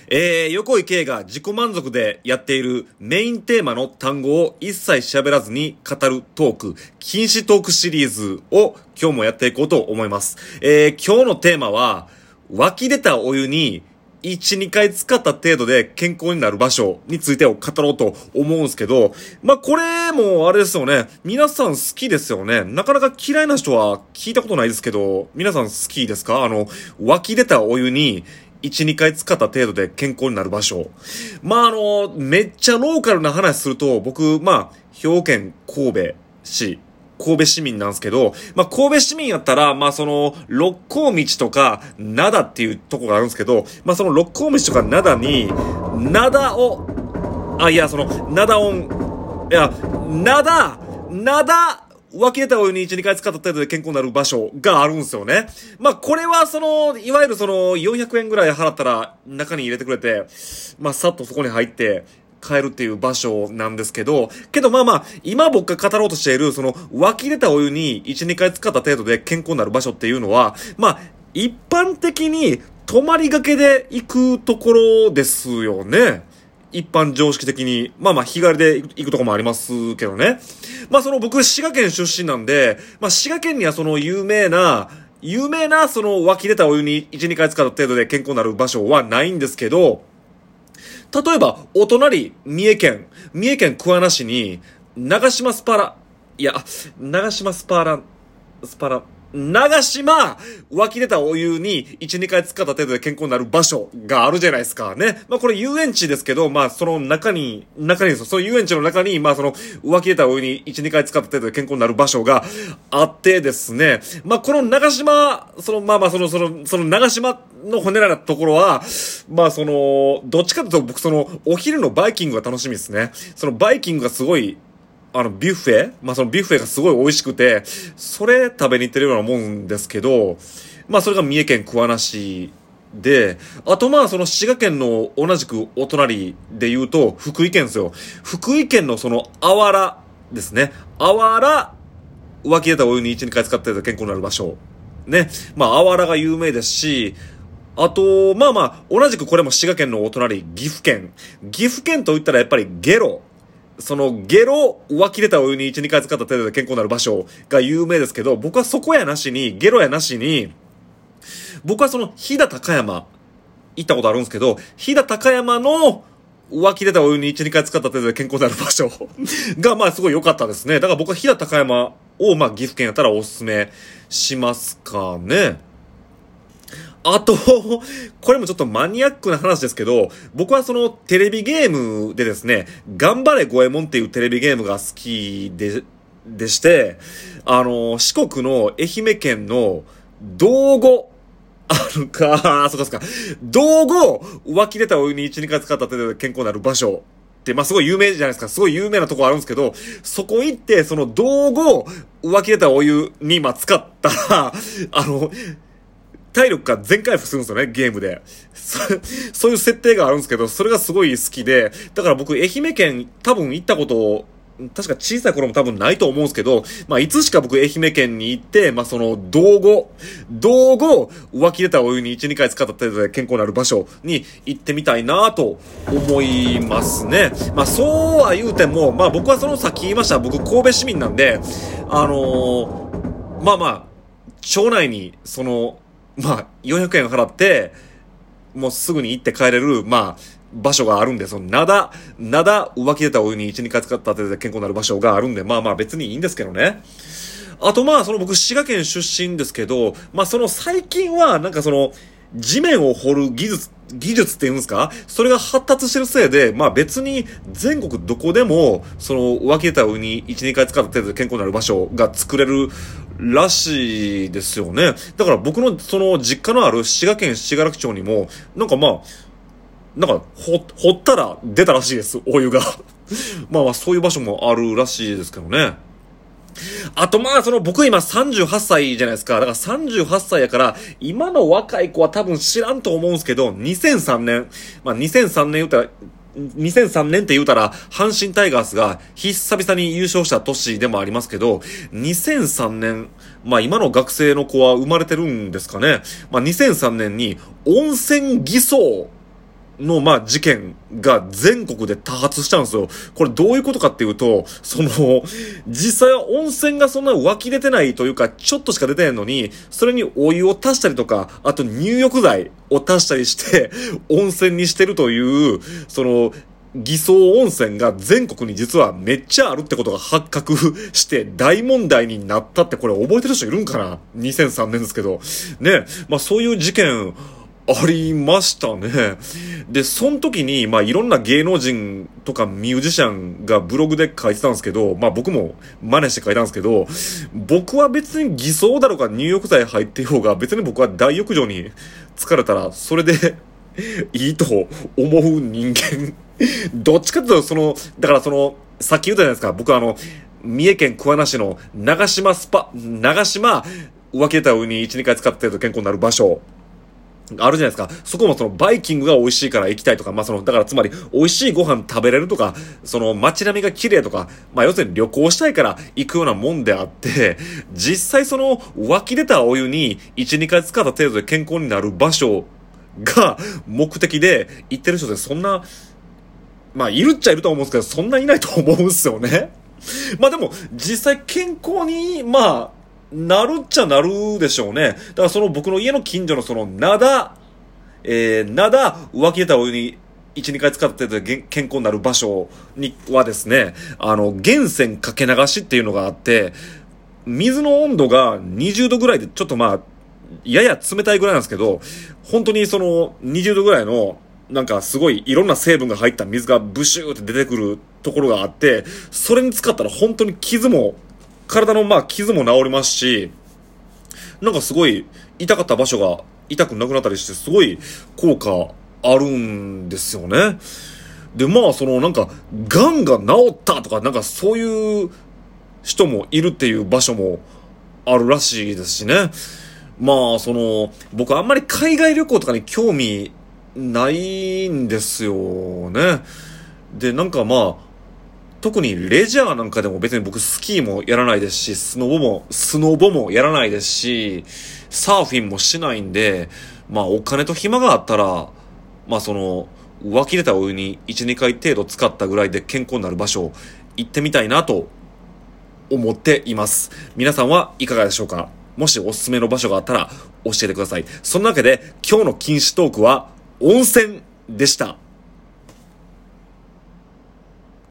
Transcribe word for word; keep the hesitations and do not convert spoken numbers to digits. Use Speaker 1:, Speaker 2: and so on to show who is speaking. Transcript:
Speaker 1: えー、横井圭が自己満足でやっているメインテーマの単語を一切喋らずに語るトーク、禁止トークシリーズを今日もやっていこうと思います。えー、今日のテーマは、湧き出たお湯にいち、にかい使った程度で健康になる場所についてを語ろうと思うんですけど、まあ、これもあれですよね。皆さん好きですよね。なかなか嫌いな人は聞いたことないですけど、皆さん好きですか？あの、湧き出たお湯にいち、にかい使った程度で健康になる場所。まあ、あの、めっちゃローカルな話すると、僕、まあ、兵庫県神戸市、神戸市民なんですけど、まあ、神戸市民やったら、まあ、その、六甲道とか、灘っていうとこがあるんですけど、まあ、その六甲道とか灘に、灘を、あ、いや、その、灘音、いや、灘、灘、湧き出たお湯にいち、にかい使った程度で健康になる場所があるんですよね。まあ、これはその、いわゆるその、よんひゃくえんぐらい払ったら中に入れてくれて、まあ、さっとそこに入って帰るっていう場所なんですけど、けどまあまあ、今僕が語ろうとしている、その、湧き出たお湯にいち、にかい使った程度で健康になる場所っていうのは、まあ、一般的に泊まりがけで行くところですよね。一般常識的に。まあまあ、日帰りで行くとこもありますけどね。まあその僕、滋賀県出身なんで、まあ滋賀県にはその有名な、有名なその湧き出たお湯にいち、にかい使った程度で健康になる場所はないんですけど、例えば、お隣、三重県、三重県桑名市に、長島スパラ、いや、長島スパラ、スパラ、長島湧き出たお湯にいち、にかい使った程度で健康になる場所があるじゃないですかね。まあこれ遊園地ですけど、まあその中に、中に、その遊園地の中に、まあその湧き出たお湯にいち、にかい使った程度で健康になる場所があってですね。まあこの長島、そのまあまあその、その、その長島の骨らなところは、まあその、どっちかというと僕そのお昼のバイキングが楽しみですね。そのバイキングがすごい、あの、ビュッフェまあ、そのビュッフェがすごい美味しくて、それ食べに行ってるようなもんですけど、まあ、それが三重県桑名市で、あとまあ、その滋賀県の同じくお隣で言うと、福井県ですよ。福井県のその、あわらですね。あわら、湧き出たお湯にいち、にかい使ってた健康になる場所。ね。まあ、あわらが有名ですし、あと、まあまあ、同じくこれも滋賀県のお隣、岐阜県。岐阜県と言ったらやっぱりゲロ。そのゲロ湧き出たお湯にいち、にかい使った程度で健康になる場所が有名ですけど、僕はそこやなしに、ゲロやなしに、僕はその飛騨高山行ったことあるんですけど、飛騨高山の湧き出たお湯にいち、にかい使った程度で健康になる場所がまあすごい良かったですね。だから僕は飛騨高山をまあ岐阜県やったらおすすめしますかね。あと、これもちょっとマニアックな話ですけど、僕はそのテレビゲームでですね、頑張れゴエモンっていうテレビゲームが好きで、でして、あの、四国の愛媛県の道後、あるか、あ、そっかそっか、道後、湧き出たお湯にいち、にかい使った程度で健康になる場所。って、まあ、すごい有名じゃないですか。すごい有名なとこあるんですけど、そこ行って、その道後、湧き出たお湯に、まあ、使ったら、あの、体力が全回復するんですよね、ゲームで。そ、そういう設定があるんですけど、それがすごい好きで、だから僕、愛媛県多分行ったこと、確か小さい頃も多分ないと思うんですけど、まあ、いつしか僕、愛媛県に行って、まあ、その、道後、道後、湧き出たお湯にいち、にかい使った程度で健康になる場所に行ってみたいなと思いますね。まあ、そうは言うても、まあ、僕はそのさっき言いました、僕、神戸市民なんで、あのー、まあまあ、町内に、その、まあ、よんひゃくえん払って、もうすぐに行って帰れる、まあ、場所があるんで、その、灘、灘、湧き出たお湯にいち、にかい使った程度で健康になる場所があるんで、まあまあ別にいいんですけどね。あとまあ、その僕、滋賀県出身ですけど、まあその最近は、なんかその、地面を掘る技術、技術っていうんですか？それが発達してるせいで、まあ別に全国どこでも、その湧き出たお湯にいち、にかい使った程度で健康になる場所が作れるらしいですよね。だから僕のその実家のある滋賀県滋賀楽町にも、なんかまあ、なんか掘、掘ったら出たらしいです、お湯が。まあまあそういう場所もあるらしいですけどね。あとまあその僕今さんじゅうはっさいじゃないですか。だからさんじゅうはっさいやから今の若い子は多分知らんと思うんですけど、にせんさんねん、まあにせんさんねん言ったら、にせんさんねんって言うたら阪神タイガースが久々に優勝した年でもありますけど、にせんさんねん、まあ今の学生の子は生まれてるんですかね。まあにせんさんねんに温泉偽装の、まあ、事件が全国で多発したんですよ。これどういうことかっていうと、その、実際は温泉がそんな湧き出てないというか、ちょっとしか出てないのに、それにお湯を足したりとか、あと入浴剤を足したりして、温泉にしてるという、その、偽装温泉が全国に実はめっちゃあるってことが発覚して大問題になったって、これ覚えてる人いるんかな ?にせんさん 年ですけど。ね。まあそういう事件、ありましたね。で、その時に、まあいろんな芸能人とかミュージシャンがブログで書いてたんですけど、まあ僕も真似して書いたんですけど、僕は別に偽装だろうか入浴剤入ってようが、別に僕は大浴場に疲れたら、それでいいと思う人間。どっちかっていうと、その、だからその、さっき言ったじゃないですか、僕はあの、三重県桑名市の長島スパ、長島浮気出た上にいち、にかい使ってると健康になる場所。あるじゃないですか。そこもそのバイキングが美味しいから行きたいとか、まあその、だからつまり美味しいご飯食べれるとか、その街並みが綺麗とか、まあ要するに旅行したいから行くようなもんであって、実際その湧き出たお湯にいち、にかい使った程度で健康になる場所が目的で行ってる人ってそんな、まあいるっちゃいると思うんですけど、そんないないと思うんですよね。まあでも、実際健康に、まあ、なるっちゃなるでしょうね。だからその僕の家の近所のその灘、えー、灘浮き出たお湯にいち、にかい使ってて健康になる場所にはですね、あの、源泉かけ流しっていうのがあって、水の温度がにじゅうどぐらいで、ちょっとまあ、やや冷たいぐらいなんですけど、本当にそのにじゅうどぐらいの、なんかすごいいろんな成分が入った水がブシューって出てくるところがあって、それに使ったら本当に傷も、体のまあ傷も治りますし、なんかすごい痛かった場所が痛くなくなったりしてすごい効果あるんですよね。で、まあそのなんか癌が治ったとかなんかそういう人もいるっていう場所もあるらしいですしね。まあその僕あんまり海外旅行とかに興味ないんですよね。で、なんかまあ特にレジャーなんかでも別に僕スキーもやらないですし、スノボも、スノボもやらないですし、サーフィンもしないんで、まあお金と暇があったら、まあその、湧き出たお湯にいち、にかい程度使ったぐらいで健康になる場所行ってみたいなと思っています。皆さんはいかがでしょうか？もしおすすめの場所があったら教えてください。そんなわけで今日の禁止トークは温泉でした。